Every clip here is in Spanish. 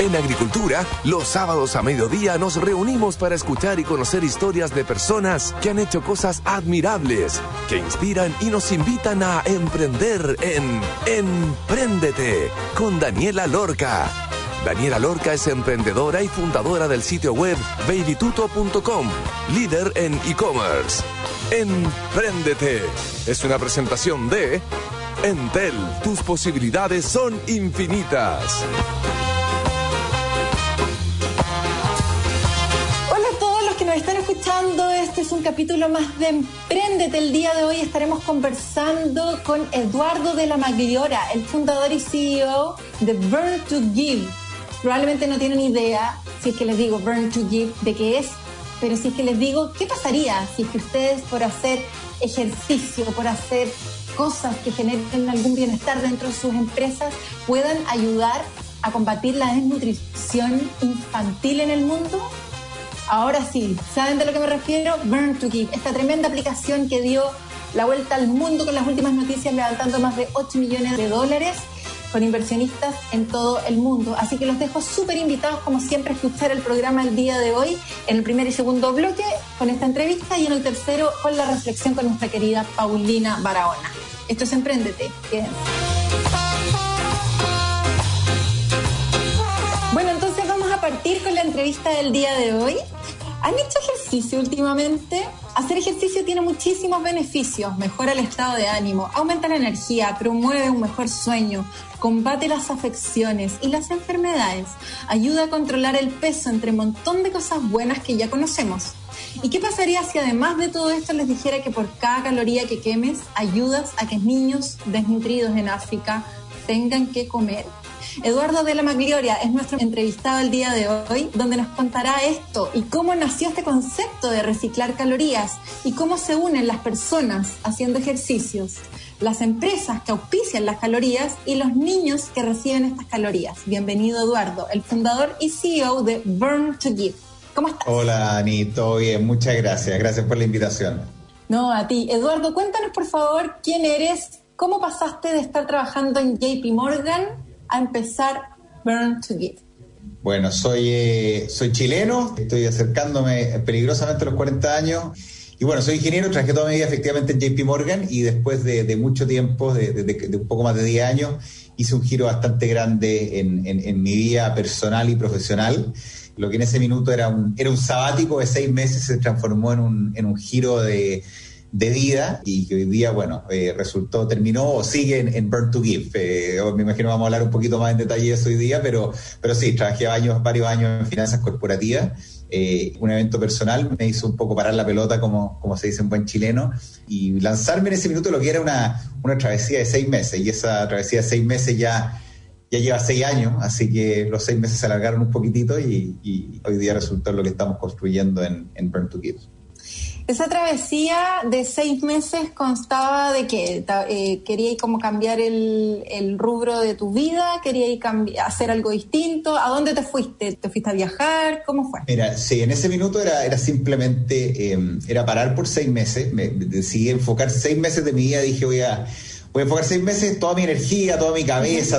En Agricultura, los sábados a mediodía nos reunimos para escuchar y conocer historias de personas que han hecho cosas admirables, que inspiran y nos invitan a emprender en Empréndete con Daniela Lorca. Daniela Lorca es emprendedora y fundadora del sitio web babytuto.com, líder en e-commerce. Empréndete es una presentación de Entel. Tus posibilidades son infinitas. Están escuchando, este es un capítulo más de Empréndete. El día de hoy estaremos conversando con Eduardo de la Magliora, el fundador y CEO de Burn to Give. Probablemente no tienen idea, si es que les digo Burn to Give, de qué es, pero si es que les digo, ¿qué pasaría si es que ustedes, por hacer ejercicio, por hacer cosas que generen algún bienestar dentro de sus empresas, puedan ayudar a combatir la desnutrición infantil en el mundo? Ahora sí, ¿saben de lo que me refiero? Burn to Give, esta tremenda aplicación que dio la vuelta al mundo con las últimas noticias, levantando más de $8 millones con inversionistas en todo el mundo. Así que los dejo súper invitados, como siempre, a escuchar el programa el día de hoy, en el primer y segundo bloque con esta entrevista y en el tercero con la reflexión con nuestra querida Paulina Barahona. Esto es Empréndete. Quédense. Bueno, entonces vamos a partir con la entrevista del día de hoy. ¿Han hecho ejercicio últimamente? Hacer ejercicio tiene muchísimos beneficios. Mejora el estado de ánimo, aumenta la energía, promueve un mejor sueño, combate las afecciones y las enfermedades, ayuda a controlar el peso, entre un montón de cosas buenas que ya conocemos. ¿Y qué pasaría si además de todo esto les dijera que por cada caloría que quemes ayudas a que niños desnutridos en África tengan que comer? Eduardo de la Magliora es nuestro entrevistado el día de hoy, donde nos contará esto y cómo nació este concepto de reciclar calorías y cómo se unen las personas haciendo ejercicios, las empresas que auspician las calorías y los niños que reciben estas calorías. Bienvenido, Eduardo, el fundador y CEO de Burn to Give. ¿Cómo estás? Hola, Ani, todo bien, muchas gracias. Gracias por la invitación. No, a ti. Eduardo, cuéntanos por favor quién eres, cómo pasaste de estar trabajando en JP Morgan a empezar Burn to Give. Bueno, soy chileno, estoy acercándome peligrosamente a los 40 años y bueno, soy ingeniero, trabajé toda mi vida efectivamente en JP Morgan y después de mucho tiempo, de un poco más de 10 años, hice un giro bastante grande en mi vida personal y profesional. Lo que en ese minuto era un sabático de 6 meses se transformó en un giro de vida y que hoy día, bueno, terminó o sigue en Burn to Give. Me imagino vamos a hablar un poquito más en detalle de eso hoy día, pero sí, trabajé varios años en finanzas corporativas. Un evento personal me hizo un poco parar la pelota, como se dice en buen chileno, y lanzarme en ese minuto lo que era una travesía de 6 meses, y esa travesía de 6 meses ya lleva 6 años, así que los 6 meses se alargaron un poquitito y hoy día resultó lo que estamos construyendo en Burn to Give. Esa travesía de 6 meses constaba de que querías como cambiar el rubro de tu vida, querías hacer algo distinto. ¿A dónde te fuiste? ¿Te fuiste a viajar? ¿Cómo fue? Mira, sí, en ese minuto era simplemente era parar por 6 meses. Me decidí enfocar 6 meses de mi vida. Dije, voy a enfocar 6 meses toda mi energía, toda mi cabeza,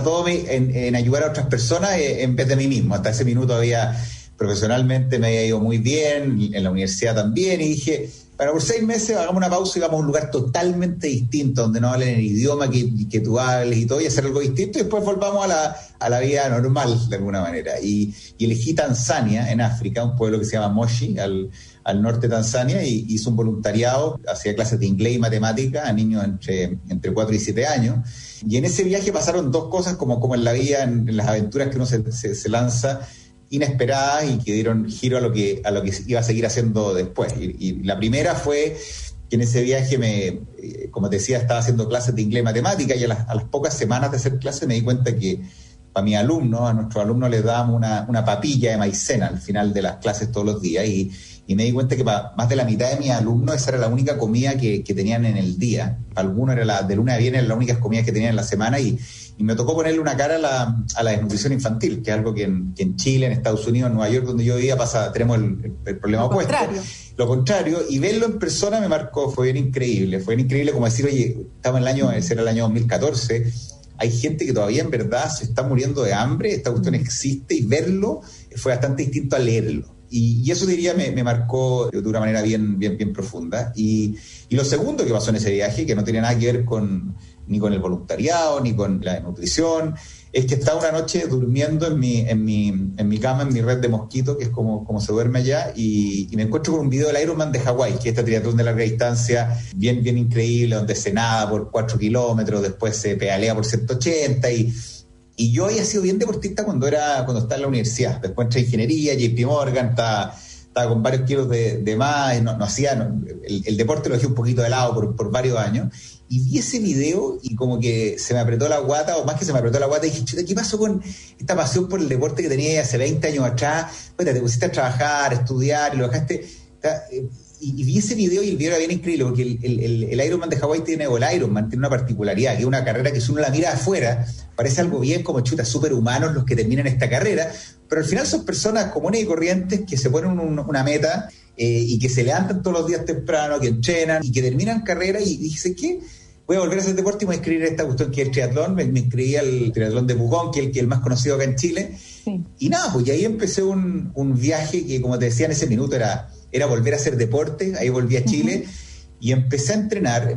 en ayudar a otras personas en vez de mí mismo. Hasta ese minuto profesionalmente me había ido muy bien, en la universidad también, y dije, bueno, por 6 meses hagamos una pausa y vamos a un lugar totalmente distinto, donde no hablen el idioma que tú hables y todo, y hacer algo distinto, y después volvamos a la vida normal, de alguna manera. Y elegí Tanzania, en África, un pueblo que se llama Moshi, al norte de Tanzania, y hice un voluntariado, hacía clases de inglés y matemática a niños entre 4 y 7 años. Y en ese viaje pasaron 2 cosas, como en la vida, en las aventuras que uno se lanza, inesperadas y que dieron giro a lo que iba a seguir haciendo después. Y la primera fue que en ese viaje como te decía, estaba haciendo clases de inglés y matemática, y a las pocas semanas de hacer clases me di cuenta que a nuestros alumnos les dábamos una papilla de maicena al final de las clases todos los días, y me di cuenta que para más de la mitad de mis alumnos esa era la única comida que tenían en el día. Para algunos era de lunes a viernes las únicas comidas que tenían en la semana, y me tocó ponerle una cara a la desnutrición infantil, que es algo que en Chile, en Estados Unidos, en Nueva York, donde yo vivía, tenemos el problema opuesto. Lo contrario, y verlo en persona me marcó, fue bien increíble como decir, oye, estamos ese era el año 2014, hay gente que todavía en verdad se está muriendo de hambre, esta cuestión existe, y verlo fue bastante distinto a leerlo. Y eso diría me marcó de una manera bien profunda. Y lo segundo que pasó en ese viaje, que no tenía nada que ver ni con el voluntariado, ni con la nutrición, es que estaba una noche durmiendo en mi cama, en mi red de mosquitos, que es como se duerme allá, y me encuentro con un video del Ironman de Hawái, que es este triatlón de larga distancia, bien increíble, donde se nada por 4 kilómetros, después se pedalea por 180, y yo había sido bien deportista cuando estaba en la universidad. Después entré en ingeniería, JP Morgan, estaba con varios kilos de más, el deporte lo dejé un poquito de lado por varios años, y vi ese video y como que se me apretó la guata, o más que se me apretó la guata, y dije, chuta, ¿qué pasó con esta pasión por el deporte que tenía hace 20 años atrás? Bueno, te pusiste a trabajar, a estudiar, y lo dejaste... Y vi ese video, y el video era bien increíble, porque el Ironman de Hawái o el Ironman tiene una particularidad, que es una carrera que si uno la mira afuera, parece algo bien como chuta, superhumanos los que terminan esta carrera, pero al final son personas comunes y corrientes que se ponen una meta y que se levantan todos los días temprano, que entrenan y que terminan carrera y dicen, ¿qué? Voy a volver a hacer deporte y me voy a inscribir a esta cuestión que es el triatlón. Me inscribí al triatlón de Pucón, que es el más conocido acá en Chile. Sí. Y nada, pues y ahí empecé un viaje que, como te decía en ese minuto, era volver a hacer deporte. Ahí volví a Chile y empecé a entrenar,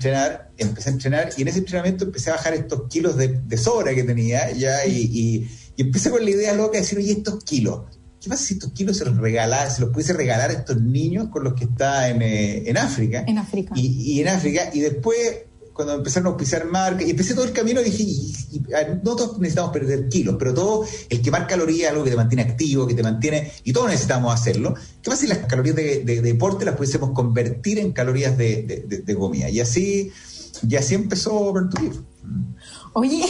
y en ese entrenamiento empecé a bajar estos kilos de sobra que tenía ya, y empecé con la idea loca de decir, oye, estos kilos, ¿qué pasa si estos kilos se los pudiese regalar a estos niños con los que está en África? En África. Y en África, y después, cuando empezaron a auspiciar marcas, y empecé todo el camino, dije, no todos necesitamos perder kilos, pero todo el quemar calorías, algo que te mantiene activo, que te mantiene, y todos necesitamos hacerlo. ¿Qué pasa si las calorías de deporte las pudiésemos convertir en calorías de comida? Y así empezó Burn to Give. Oye,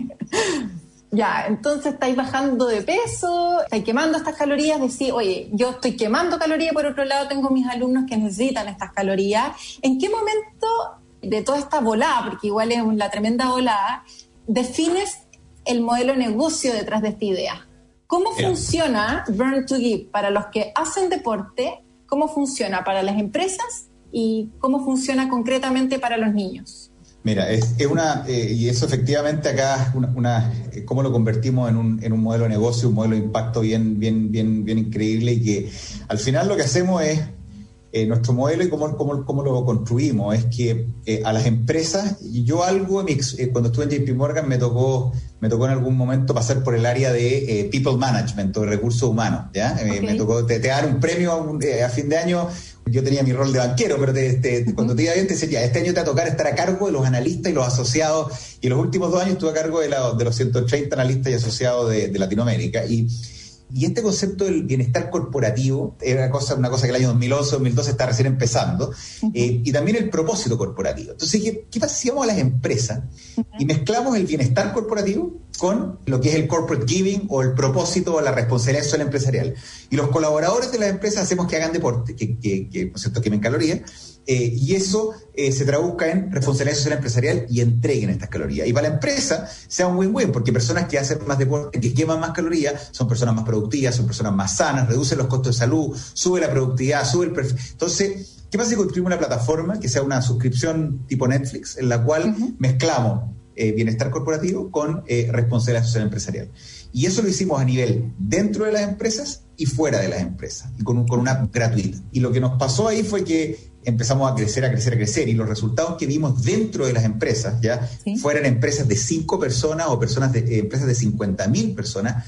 ya, entonces estáis bajando de peso, estáis quemando estas calorías, decís, oye, yo estoy quemando calorías, por otro lado tengo mis alumnos que necesitan estas calorías. ¿En qué momento de toda esta volada, porque igual es una tremenda volada, defines el modelo de negocio detrás de esta idea? ¿Cómo funciona Burn to Give para los que hacen deporte? ¿Cómo funciona para las empresas? ¿Y cómo funciona concretamente para los niños? Mira, y eso efectivamente acá, cómo lo convertimos en un modelo de negocio, un modelo de impacto bien increíble, y que al final lo que hacemos es, nuestro modelo y cómo lo construimos, es que a las empresas, cuando estuve en JP Morgan me tocó en algún momento pasar por el área de people management o de recursos humanos, ¿ya? Okay. Me tocó te dar un premio a fin de año. Yo tenía mi rol de banquero, pero cuando te iba bien te decía, este año te va a tocar estar a cargo de los analistas y los asociados, y en los últimos 2 años estuve a cargo de los 130 analistas y asociados de Latinoamérica, y este concepto del bienestar corporativo era una cosa que el año 2011, 2012 está recién empezando, y también el propósito corporativo. Entonces, ¿qué pasa si vamos a las empresas y mezclamos el bienestar corporativo con lo que es el corporate giving o el propósito o la responsabilidad social empresarial? Y los colaboradores de las empresas hacemos que hagan deporte, que por cierto, quemen calorías, y eso se traduzca en responsabilidad social empresarial y entreguen estas calorías. Y para la empresa sea un win-win, porque personas que hacen más deporte, que queman más calorías, son personas más productivas, son personas más sanas, reducen los costos de salud, sube la productividad, sube el perfil. Entonces, ¿qué pasa si construimos una plataforma que sea una suscripción tipo Netflix, en la cual mezclamos bienestar corporativo con responsabilidad social empresarial? Y eso lo hicimos a nivel dentro de las empresas y fuera de las empresas, y con una app gratuita. Y lo que nos pasó ahí fue que empezamos a crecer, y los resultados que vimos dentro de las empresas, ya fueran empresas de 5 personas o empresas de 50.000 personas,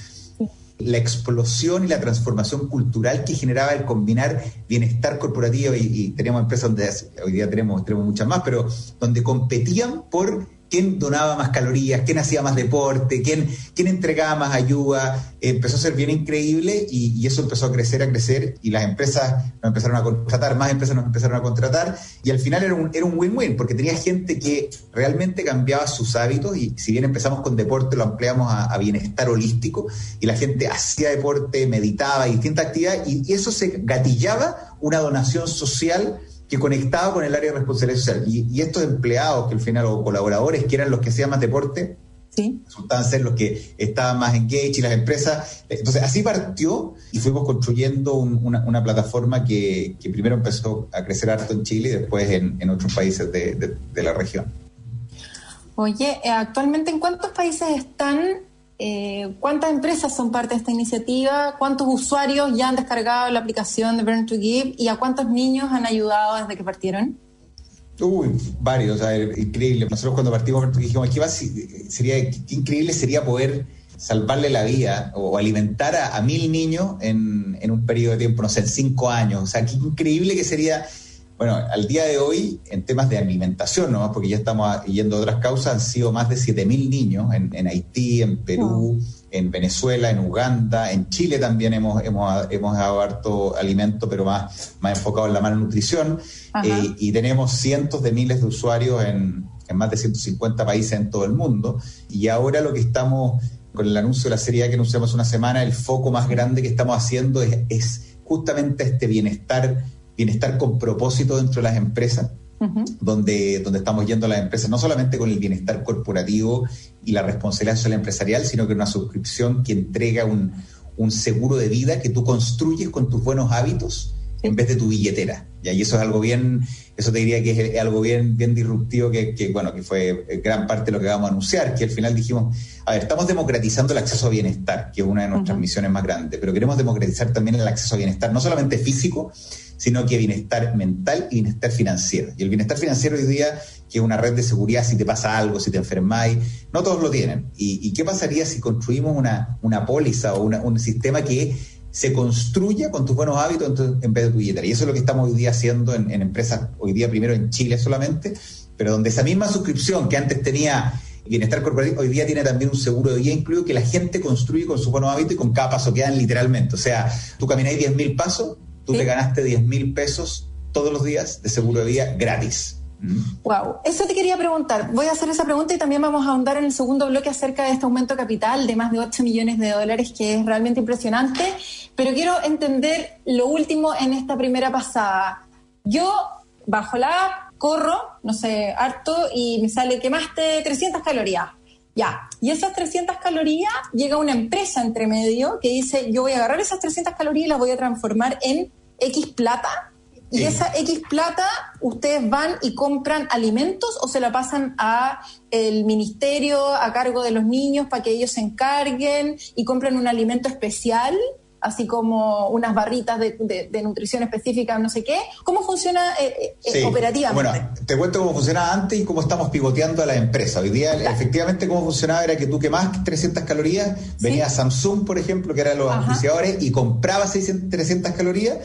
la explosión y la transformación cultural que generaba el combinar bienestar corporativo, y teníamos empresas donde hoy día tenemos muchas más, pero donde competían por quién donaba más calorías, quién hacía más deporte, quién entregaba más ayuda. Empezó a ser bien increíble, y eso empezó a crecer, y las empresas nos empezaron a contratar, más empresas nos empezaron a contratar, y al final era un win-win, porque tenía gente que realmente cambiaba sus hábitos, y si bien empezamos con deporte, lo ampliamos a bienestar holístico, y la gente hacía deporte, meditaba, y distintas actividades, y eso se gatillaba una donación social que conectaba con el área de responsabilidad social. Y estos empleados, que al final, o colaboradores, que eran los que hacían más deporte, resultaban ser los que estaban más engaged, y las empresas. Entonces, así partió, y fuimos construyendo una plataforma que primero empezó a crecer harto en Chile y después en otros países de la región. Oye, actualmente ¿en cuántos países están? ¿Cuántas empresas son parte de esta iniciativa? ¿Cuántos usuarios ya han descargado la aplicación de Burn to Give? ¿Y a cuántos niños han ayudado desde que partieron? Varios, increíble. Nosotros cuando partimos dijimos, qué increíble sería poder salvarle la vida o alimentar a 1.000 niños en un periodo de tiempo, no sé, en 5 años. O sea, qué increíble que sería. Bueno, al día de hoy, en temas de alimentación, ¿no? Porque ya estamos yendo a otras causas, han sido más de 7.000 niños en Haití, en Perú, en Venezuela, en Uganda, en Chile también hemos dado harto alimento, pero más enfocado en la malnutrición. Y tenemos cientos de miles de usuarios en más de 150 países en todo el mundo. Y ahora lo que estamos, con el anuncio de la serie A que anunciamos hace una semana, el foco más grande que estamos haciendo es justamente este bienestar con propósito dentro de las empresas, donde estamos yendo a las empresas no solamente con el bienestar corporativo y la responsabilidad social empresarial, sino que una suscripción que entrega un seguro de vida que tú construyes con tus buenos hábitos en vez de tu billetera. Y eso es algo eso te diría que es algo bien disruptivo que fue gran parte de lo que vamos a anunciar, que al final dijimos, estamos democratizando el acceso a bienestar, que es una de nuestras misiones más grandes, pero queremos democratizar también el acceso a bienestar, no solamente físico, sino que bienestar mental y bienestar financiero. Y el bienestar financiero hoy día, que es una red de seguridad si te pasa algo, si te enfermáis, no todos lo tienen. ¿Y qué pasaría si construimos una póliza o un sistema que se construya con tus buenos hábitos en vez de tu billetera? Y eso es lo que estamos hoy día haciendo en empresas, hoy día primero en Chile solamente, pero donde esa misma suscripción que antes tenía bienestar corporativo, hoy día tiene también un seguro de vida incluido que la gente construye con sus buenos hábitos y con cada paso que dan literalmente. O sea, tú camináis 10.000 pasos, tú te ganaste 10.000 pesos todos los días de seguro de vida gratis. Wow, eso te quería preguntar. Voy a hacer esa pregunta y también vamos a ahondar en el segundo bloque acerca de este aumento de capital de más de $8 millones, que es realmente impresionante. Pero quiero entender lo último en esta primera pasada. Yo bajo la app, corro, no sé, harto, y me sale quemaste 300 calorías. Ya, y esas 300 calorías llega una empresa entre medio que dice, yo voy a agarrar esas 300 calorías y las voy a transformar en X plata. Y esa X plata, ¿ustedes van y compran alimentos o se la pasan a el ministerio a cargo de los niños para que ellos se encarguen y compran un alimento especial, así como unas barritas de nutrición específica, no sé qué? ¿Cómo funciona operativamente? Bueno, te cuento cómo funcionaba antes y cómo estamos pivoteando a la empresa. Hoy día, efectivamente, cómo funcionaba era que tú quemabas 300 calorías, venía Samsung, por ejemplo, que eran los auspiciadores, y comprabas 300 calorías,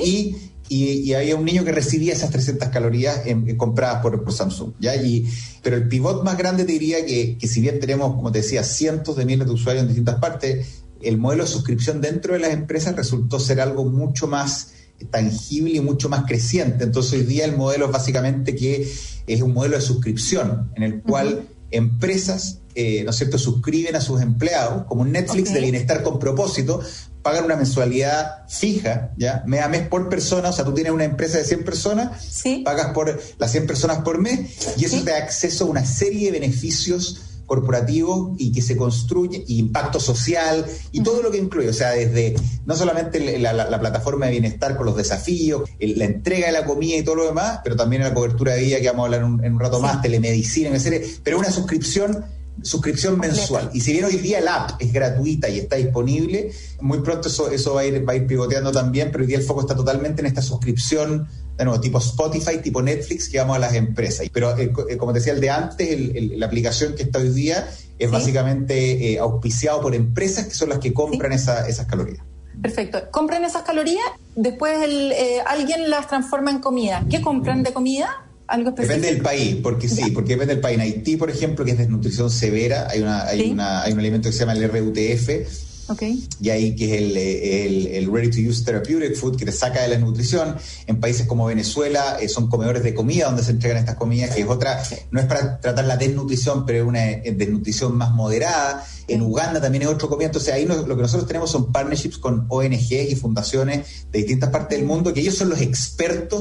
y había un niño que recibía esas 300 calorías compradas por Samsung, ¿ya? Pero el pivot más grande te diría que si bien tenemos, como te decía, cientos de miles de usuarios en distintas partes, el modelo de suscripción dentro de las empresas resultó ser algo mucho más tangible y mucho más creciente. Entonces hoy día el modelo es básicamente que es un modelo de suscripción en el cual empresas, ¿no es cierto?, suscriben a sus empleados como un Netflix de bienestar con propósito, pagan una mensualidad fija, ¿ya? Mes a mes por persona. O sea, tú tienes una empresa de 100 personas, pagas por las 100 personas por mes, y eso te da acceso a una serie de beneficios corporativo y que se construye, y impacto social y todo lo que incluye, o sea, desde no solamente la plataforma de bienestar con los desafíos, la entrega de la comida y todo lo demás, pero también la cobertura de vida que vamos a hablar en un rato más, telemedicina, pero una suscripción mensual. Y si bien hoy día la app es gratuita y está disponible, muy pronto eso va a ir pivoteando también, pero hoy día el foco está totalmente en esta suscripción, de nuevo, tipo Spotify, tipo Netflix, que vamos a las empresas. Pero como te decía el de antes, la aplicación que está hoy día es básicamente auspiciado por empresas que son las que compran esas calorías. Perfecto. Compran esas calorías, después alguien las transforma en comida. ¿Qué compran de comida? ¿Algo específico? Depende del país, porque depende del país. En Haití, por ejemplo, que es desnutrición severa, hay un alimento que se llama el RUTF, y ahí que es el Ready to Use Therapeutic Food, que te saca de la nutrición. En países como Venezuela son comedores de comida donde se entregan estas comidas, que es otra, no es para tratar la desnutrición, pero es una desnutrición más moderada. En Uganda también es otro comida. Entonces ahí lo que nosotros tenemos son partnerships con ONGs y fundaciones de distintas partes del mundo, que ellos son los expertos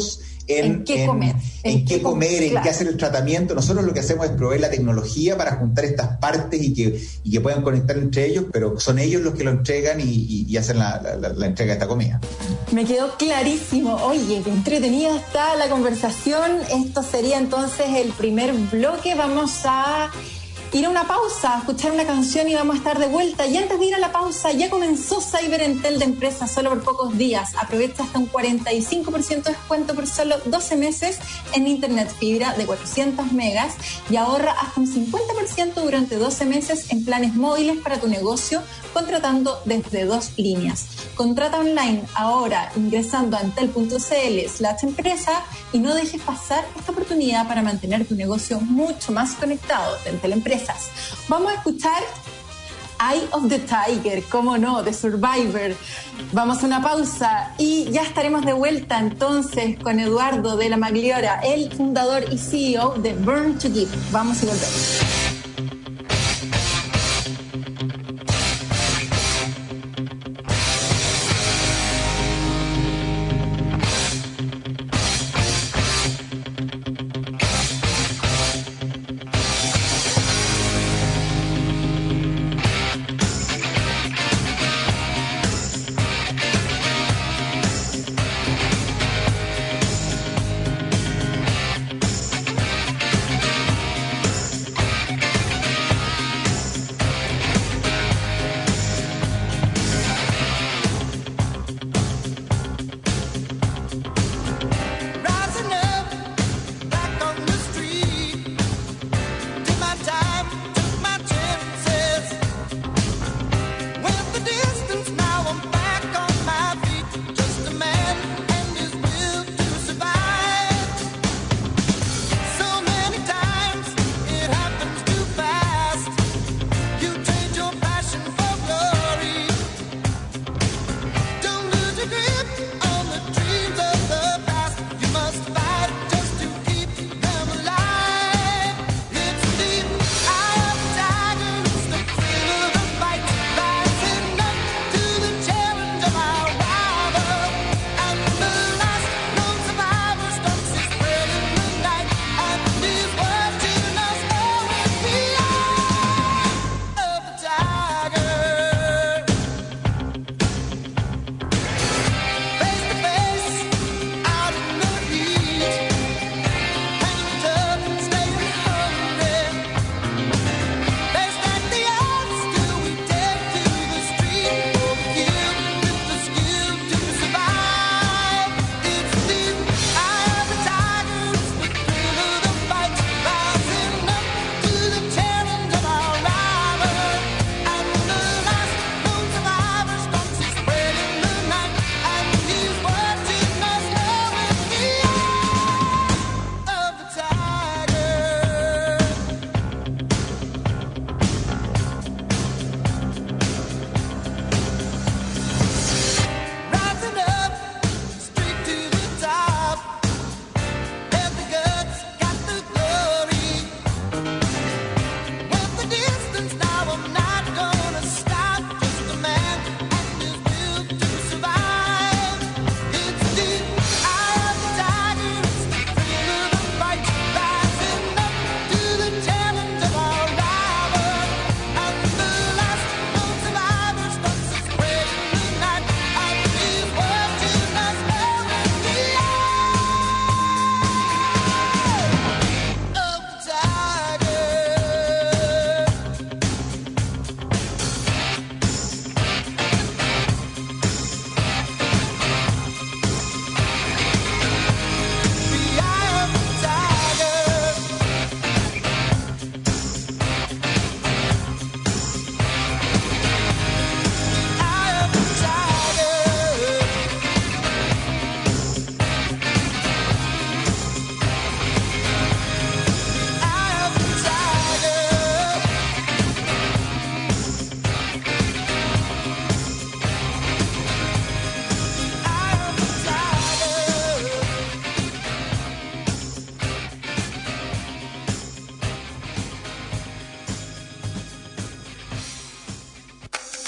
en qué comer, en qué hacer el tratamiento. Nosotros lo que hacemos es proveer la tecnología para juntar estas partes y que puedan conectar entre ellos, pero son ellos los que lo entregan y hacen la entrega de esta comida. Me quedó clarísimo. Oye, qué entretenida está la conversación. Esto sería entonces el primer bloque. Vamos a ir a una pausa, a escuchar una canción y vamos a estar de vuelta. Y antes de ir a la pausa, ya comenzó Cyber Entel de Empresas solo por pocos días. Aprovecha hasta un 45% de descuento por solo 12 meses en internet fibra de 400 megas y ahorra hasta un 50% durante 12 meses en planes móviles para tu negocio, contratando desde 2 líneas. Contrata online ahora ingresando a entel.cl/empresa y no dejes pasar esta oportunidad para mantener tu negocio mucho más conectado. De Entel Empresas. Vamos a escuchar Eye of the Tiger, cómo no, de Survivor. Vamos a una pausa y ya estaremos de vuelta entonces con Eduardo de la Magliora, el fundador y CEO de Burn to Give. Vamos y volvemos.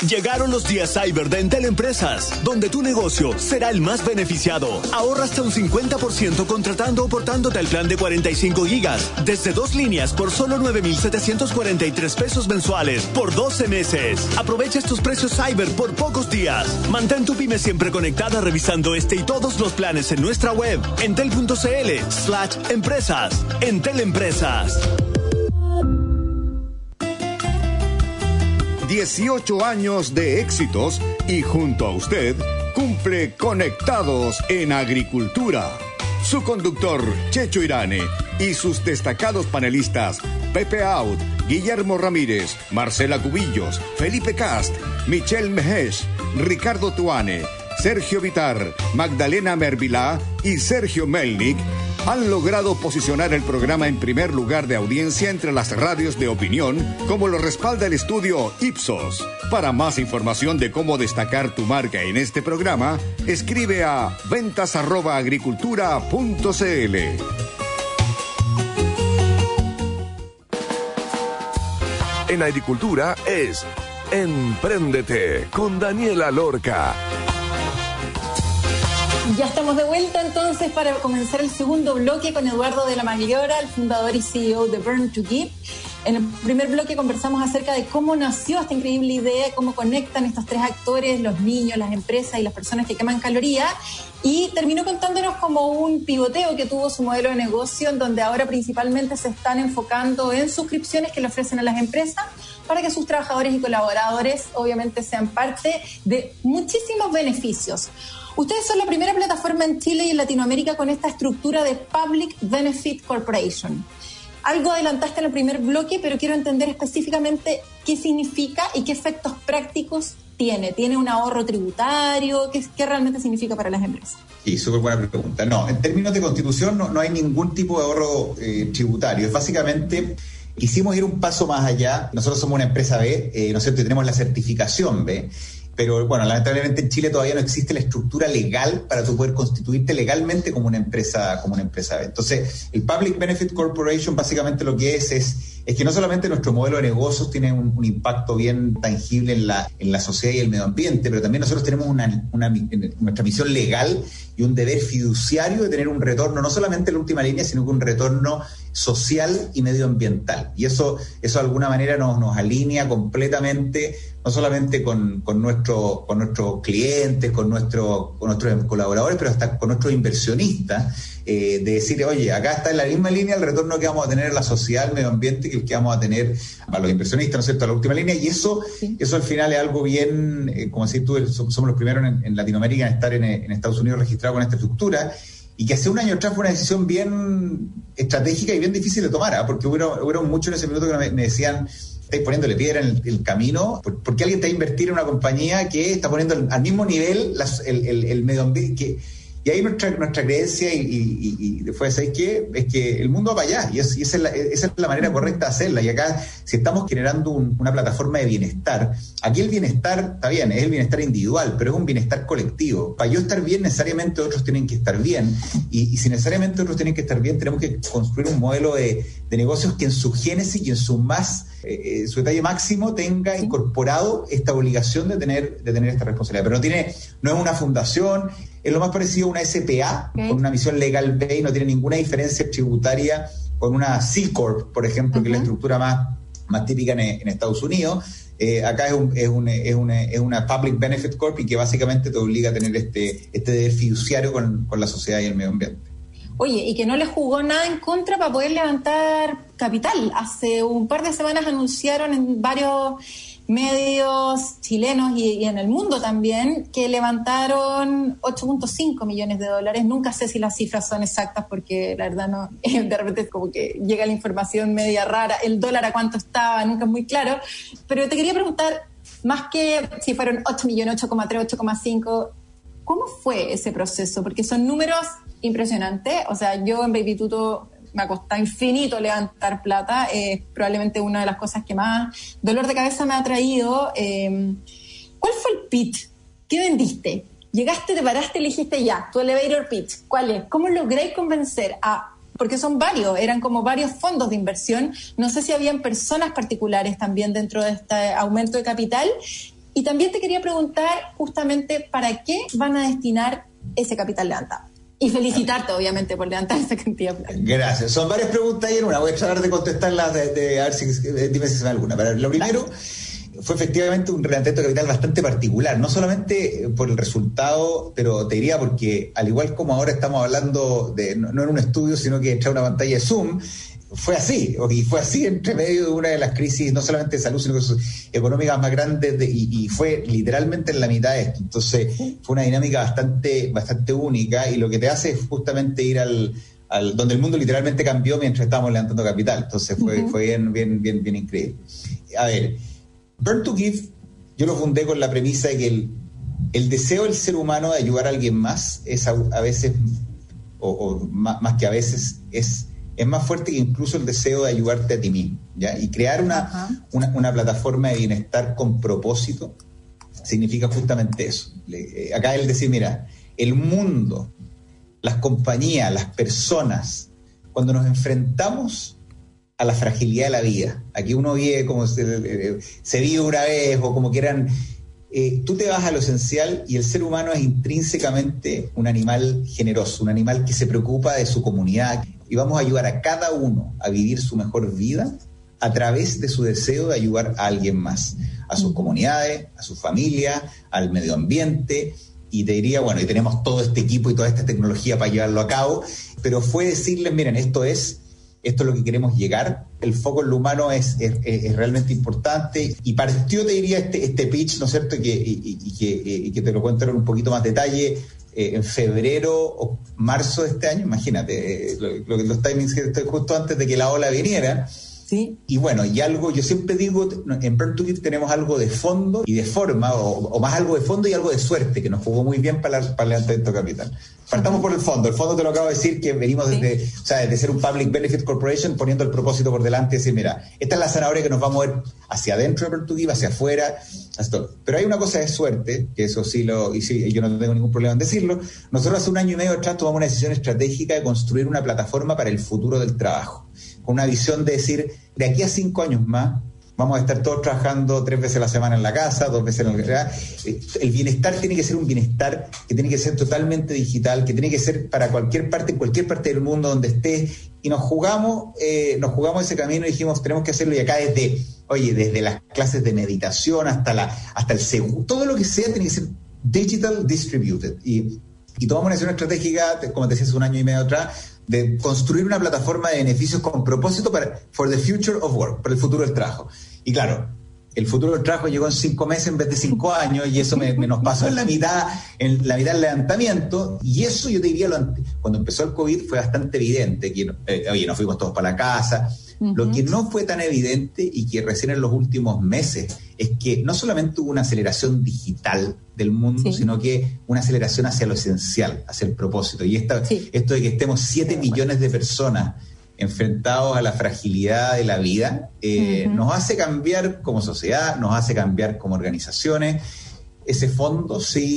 Llegaron los días cyber de Entel Empresas, donde tu negocio será el más beneficiado. Ahorra hasta un 50% contratando o portándote al plan de 45 gigas, desde 2 líneas por solo 9,743 pesos mensuales, por 12 meses. Aprovecha estos precios cyber por pocos días. Mantén tu pyme siempre conectada revisando este y todos los planes en nuestra web, entel.cl/empresas. Entel Empresas. 18 años de éxitos y junto a usted cumple Conectados en Agricultura. Su conductor, Checho Irane, y sus destacados panelistas, Pepe Out, Guillermo Ramírez, Marcela Cubillos, Felipe Cast, Michelle Mejesh, Ricardo Tuane, Sergio Vitar, Magdalena Mervilá y Sergio Melnik han logrado posicionar el programa en primer lugar de audiencia entre las radios de opinión, como lo respalda el estudio Ipsos. Para más información de cómo destacar tu marca en este programa, escribe a ventas@agricultura.cl. En Agricultura es Empréndete con Daniela Lorca. Ya estamos de vuelta entonces para comenzar el segundo bloque con Eduardo de la Magliora, el fundador y CEO de Burn to Give. En el primer bloque conversamos acerca de cómo nació esta increíble idea, cómo conectan estos tres actores, los niños, las empresas y las personas que queman calorías, y terminó contándonos como un pivoteo que tuvo su modelo de negocio, en donde ahora principalmente se están enfocando en suscripciones que le ofrecen a las empresas para que sus trabajadores y colaboradores obviamente sean parte de muchísimos beneficios. Ustedes son la primera plataforma en Chile y en Latinoamérica con esta estructura de Public Benefit Corporation. Algo adelantaste en el primer bloque, pero quiero entender específicamente qué significa y qué efectos prácticos tiene. ¿Tiene un ahorro tributario? ¿Qué realmente significa para las empresas? Sí, súper buena pregunta. No, en términos de constitución no hay ningún tipo de ahorro tributario. Es básicamente, quisimos ir un paso más allá. Nosotros somos una empresa B, ¿no es cierto? Y tenemos la certificación B. Pero bueno, lamentablemente en Chile todavía no existe la estructura legal para tú poder constituirte legalmente como una empresa B. Entonces, el Public Benefit Corporation básicamente lo que es que no solamente nuestro modelo de negocios tiene un impacto bien tangible en la sociedad y el medio ambiente, pero también nosotros tenemos nuestra misión legal y un deber fiduciario de tener un retorno, no solamente en la última línea, sino que un retorno social y medioambiental. Y eso de alguna manera nos alinea completamente, no solamente con nuestros clientes, con nuestros colaboradores, pero hasta con nuestros inversionistas, de decir, oye, acá está en la misma línea el retorno que vamos a tener en la sociedad, el medio ambiente, que el que vamos a tener para los inversionistas, ¿no es cierto?, a la última línea. Y eso al final es algo bien, como decís tú, somos los primeros en Latinoamérica en estar en Estados Unidos registrados con esta estructura, y que hace un año atrás fue una decisión bien estratégica y bien difícil de tomar, porque hubo muchos en ese minuto que me decían, estáis poniéndole piedra en el camino, ¿por qué alguien te va a invertir en una compañía que está poniendo al mismo nivel el medio ambiente? Y ahí nuestra creencia y fue, ¿sabes qué? Es que el mundo va para allá, y esa es la manera correcta de hacerla. Y acá, si estamos generando una plataforma de bienestar, aquí el bienestar, está bien, es el bienestar individual, pero es un bienestar colectivo. Para yo estar bien, necesariamente otros tienen que estar bien, y si necesariamente otros tienen que estar bien, tenemos que construir un modelo de negocios que en su génesis y en su su detalle máximo tenga incorporado esta obligación de tener esta responsabilidad. Pero no es una fundación, es lo más parecido a una SPA, con una misión legal B, y no tiene ninguna diferencia tributaria con una C Corp, por ejemplo, que es la estructura más típica en Estados Unidos. Acá es una Public Benefit Corp, y que básicamente te obliga a tener este deber fiduciario con la sociedad y el medio ambiente. Oye, y que no le jugó nada en contra para poder levantar capital. Hace un par de semanas anunciaron en varios medios chilenos y en el mundo también que levantaron $8.5 millones. Nunca sé si las cifras son exactas, porque la verdad no, de repente es como que llega la información media rara, el dólar a cuánto estaba, nunca es muy claro. Pero te quería preguntar, más que si fueron 8 millones, 8,3, 8,5, ¿cómo fue ese proceso? Porque son números impresionantes. O sea, yo en Baby Tuto me ha costado infinito levantar plata. Probablemente una de las cosas que más dolor de cabeza me ha traído. ¿Cuál fue el pitch? ¿Qué vendiste? Llegaste, te paraste y le dijiste ya, tu elevator pitch, ¿cuál es? ¿Cómo lográis convencer porque son varios, eran como varios fondos de inversión, no sé si habían personas particulares también dentro de este aumento de capital, Y también te quería preguntar justamente para qué van a destinar ese capital levantado. Y felicitarte, obviamente, por levantar esa cantidad de plata. Gracias. Son varias preguntas ahí en una. Voy a tratar de contestarlas, a ver si dime si se me alguna. Pero lo primero fue efectivamente un levantamiento de capital bastante particular, no solamente por el resultado, pero te diría porque, al igual como ahora estamos hablando de no en un estudio, sino que entre una pantalla de Zoom, fue así, y fue así entre medio de una de las crisis, no solamente de salud, sino económicas más grandes, y fue literalmente en la mitad de esto. Entonces, fue una dinámica bastante única, y lo que te hace es justamente ir al donde el mundo literalmente cambió mientras estábamos levantando capital. Entonces, fue bien increíble. A ver, Burn to Give, yo lo fundé con la premisa de que el deseo del ser humano de ayudar a alguien más es a veces, o más que a veces, es más fuerte que incluso el deseo de ayudarte a ti mismo, ¿ya? Y crear una plataforma de bienestar con propósito significa justamente eso. Acá el decir, mira, el mundo, las compañías, las personas, cuando nos enfrentamos a la fragilidad de la vida, aquí uno vive como se vive una vez, o como quieran, tú te vas a lo esencial, y el ser humano es intrínsecamente un animal generoso, un animal que se preocupa de su comunidad, y vamos a ayudar a cada uno a vivir su mejor vida a través de su deseo de ayudar a alguien más, a sus comunidades, a su familia, al medio ambiente. Y te diría, bueno, y tenemos todo este equipo y toda esta tecnología para llevarlo a cabo, pero fue decirles, miren, esto es lo que queremos llegar, el foco en lo humano es realmente importante, y partió, te diría, este pitch, ¿no es cierto?, y que te lo cuento en un poquito más detalle, en febrero o marzo de este año, imagínate, los timings que justo antes de que la ola viniera. Sí. Y bueno, y algo, yo siempre digo, en Burn to Give tenemos algo de fondo y de forma, o más algo de fondo y algo de suerte, que nos jugó muy bien para el levantamiento de capital. Partamos por el fondo. El fondo te lo acabo de decir, que venimos desde ser un Public Benefit Corporation, poniendo el propósito por delante y decir, mira, esta es la zanahoria que nos va a mover hacia adentro de Burn to Give, hacia afuera, hacia todo. Pero hay una cosa de suerte, que eso sí, yo no tengo ningún problema en decirlo. Nosotros hace 1 año y medio atrás tomamos una decisión estratégica de construir una plataforma para el futuro del trabajo, con una visión de decir, de aquí a 5 años más, vamos a estar todos trabajando 3 veces a la semana en la casa, 2 veces en la... El bienestar tiene que ser un bienestar que tiene que ser totalmente digital, que tiene que ser para cualquier parte, en cualquier parte del mundo donde estés, y nos jugamos ese camino y dijimos, tenemos que hacerlo, y acá desde las clases de meditación hasta el seguro, todo lo que sea tiene que ser digital distributed, y tomamos una decisión estratégica, como te decía, hace 1 año y medio atrás, de construir una plataforma de beneficios con propósito for the future of work, para el futuro del trabajo. Y claro, el futuro del trabajo llegó en 5 meses en vez de 5 años, y eso nos pasó en la mitad del levantamiento, y eso yo te diría, cuando empezó el COVID fue bastante evidente, que nos fuimos todos para la casa. Lo que no fue tan evidente, y que recién en los últimos meses, es que no solamente hubo una aceleración digital del mundo, sino que una aceleración hacia lo esencial, hacia el propósito. Y esto de que estemos 7 millones de personas enfrentados a la fragilidad de la vida, nos hace cambiar como sociedad, nos hace cambiar como organizaciones. Ese fondo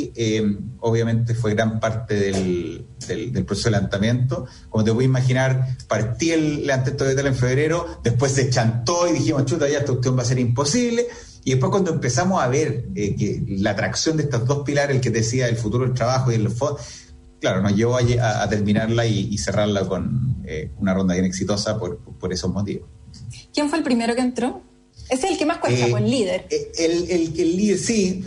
obviamente fue gran parte del proceso de levantamiento. Como te puedes imaginar, partí el levantamiento de capital en febrero, después se chantó y dijimos, chuta, ya esta cuestión va a ser imposible. Y después, cuando empezamos a ver que la atracción de estos 2 pilares, el que te decía, el futuro del trabajo y el fondo, claro, nos llevó a terminarla y cerrarla con una ronda bien exitosa por esos motivos. ¿Quién fue el primero que entró? Ese es el que más cuesta, el líder. El líder, sí.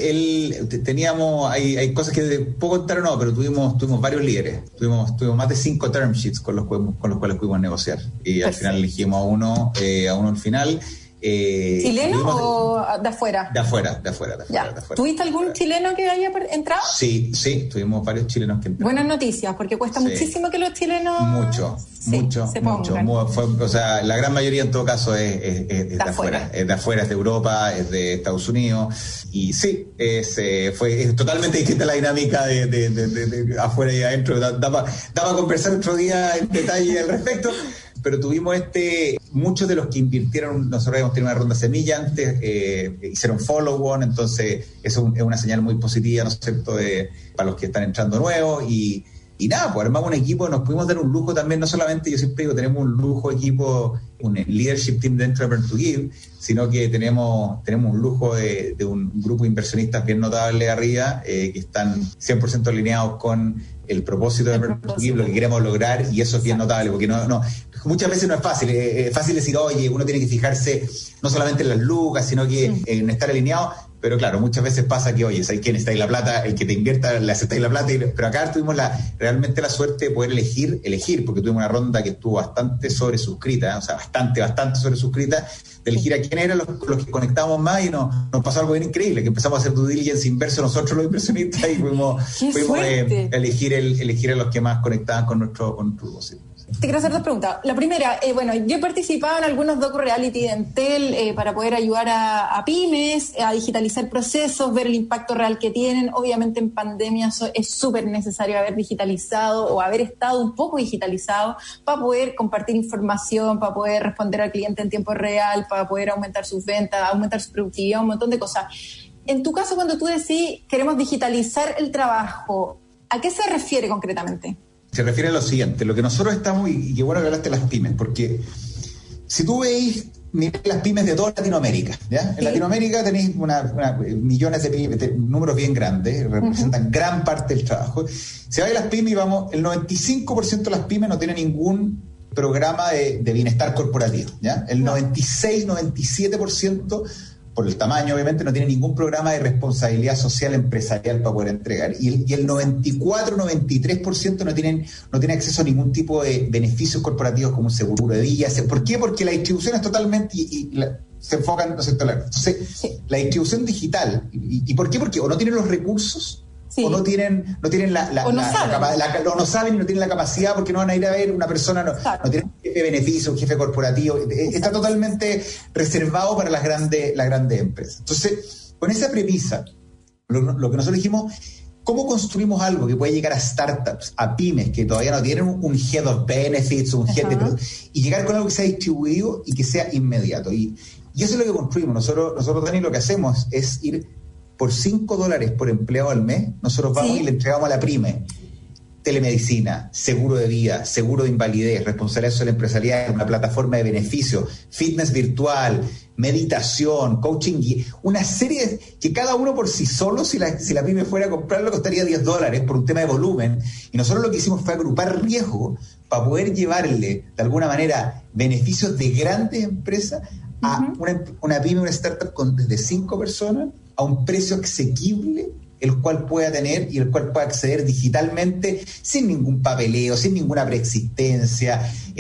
Teníamos, hay cosas que puedo contar o no, pero tuvimos varios líderes. Tuvimos más de 5 term sheets con los cuales pudimos negociar. Y al final elegimos a uno al final. ¿Chileno o de afuera? De afuera. ¿Tuviste algún chileno que haya entrado? Sí, tuvimos varios chilenos que entraron. Buenas noticias, porque cuesta muchísimo que los chilenos... Mucho. O sea, la gran mayoría en todo caso es de afuera. Es de afuera, es de Europa, es de Estados Unidos. Y sí, es totalmente distinta la dinámica de afuera y adentro. Da para conversar otro día en detalle al respecto. Pero tuvimos muchos de los que invirtieron, nosotros habíamos tenido una ronda semilla antes, hicieron follow-on, entonces eso es una señal muy positiva, ¿no es cierto?, para los que están entrando nuevos, y Y nada, pues armamos un equipo, nos pudimos dar un lujo también, no solamente, yo siempre digo, tenemos un lujo equipo, un leadership team dentro de Burn to Give, sino que tenemos un lujo de un grupo de inversionistas bien notable arriba, que están 100% alineados con el propósito de Burn to Give, lo que queremos lograr, y eso es bien notable, porque no muchas veces no es fácil. Es fácil decir, oye, uno tiene que fijarse no solamente en las lucas, sino que en estar alineado. Pero claro, muchas veces pasa que, oye, ¿sabes quién está ahí la plata? El que te invierta le aceptáis la plata. Pero acá tuvimos realmente la suerte de poder elegir, porque tuvimos una ronda que estuvo bastante sobresuscrita, o sea, bastante sobresuscrita, de elegir a quién eran los que conectábamos más, y nos pasó algo bien increíble, que empezamos a hacer due diligence inverso nosotros los inversionistas, y fuimos elegir a los que más conectaban con nuestro propósito. Te quiero hacer dos preguntas. La primera, yo he participado en algunos docu-reality de Entel para poder ayudar a pymes a digitalizar procesos, ver el impacto real que tienen. Obviamente en pandemia es súper necesario haber digitalizado o haber estado un poco digitalizado para poder compartir información, para poder responder al cliente en tiempo real, para poder aumentar sus ventas, aumentar su productividad, un montón de cosas. En tu caso, cuando tú decís queremos digitalizar el trabajo, ¿a qué se refiere concretamente? Se refiere a lo siguiente, lo que nosotros estamos, y qué bueno que hablaste de las pymes, porque si tú veis las pymes de toda Latinoamérica, ¿ya? En Latinoamérica tenéis millones de pymes, números bien grandes, representan gran parte del trabajo. Si vais a las pymes, el 95% de las pymes no tiene ningún programa de bienestar corporativo, ¿ya? El 96-97%, por el tamaño obviamente, no tiene ningún programa de responsabilidad social empresarial para poder entregar. Y el 94-93% no tiene acceso a ningún tipo de beneficios corporativos como un seguro de vida. ¿Por qué? Porque la distribución es totalmente... se enfocan en los sectores. Entonces, la distribución digital. ¿Y por qué? Porque o no tienen los recursos, o no saben y no tienen la capacidad, porque no van a ir a ver una persona, no tienen un jefe de beneficio, un jefe corporativo, está totalmente reservado para las grandes empresas. Entonces, con esa premisa, lo que nosotros dijimos, ¿cómo construimos algo que puede llegar a startups, a pymes que todavía no tienen un head of benefits, y llegar con algo que sea distribuido y que sea inmediato? Y eso es lo que construimos. Nosotros, Dani, lo que hacemos es ir por $5 por empleado al mes, nosotros vamos y le entregamos a la pyme telemedicina, seguro de vida, seguro de invalidez, responsabilidad social empresarial, una plataforma de beneficios, fitness virtual, meditación, coaching, una serie que cada uno por sí solo, si la pyme fuera a comprarlo, costaría $10 por un tema de volumen. Y nosotros lo que hicimos fue agrupar riesgo para poder llevarle, de alguna manera, beneficios de grandes empresas a una pyme, una startup de 5 personas, a un precio asequible, el cual pueda tener y el cual pueda acceder digitalmente sin ningún papeleo, sin ninguna preexistencia,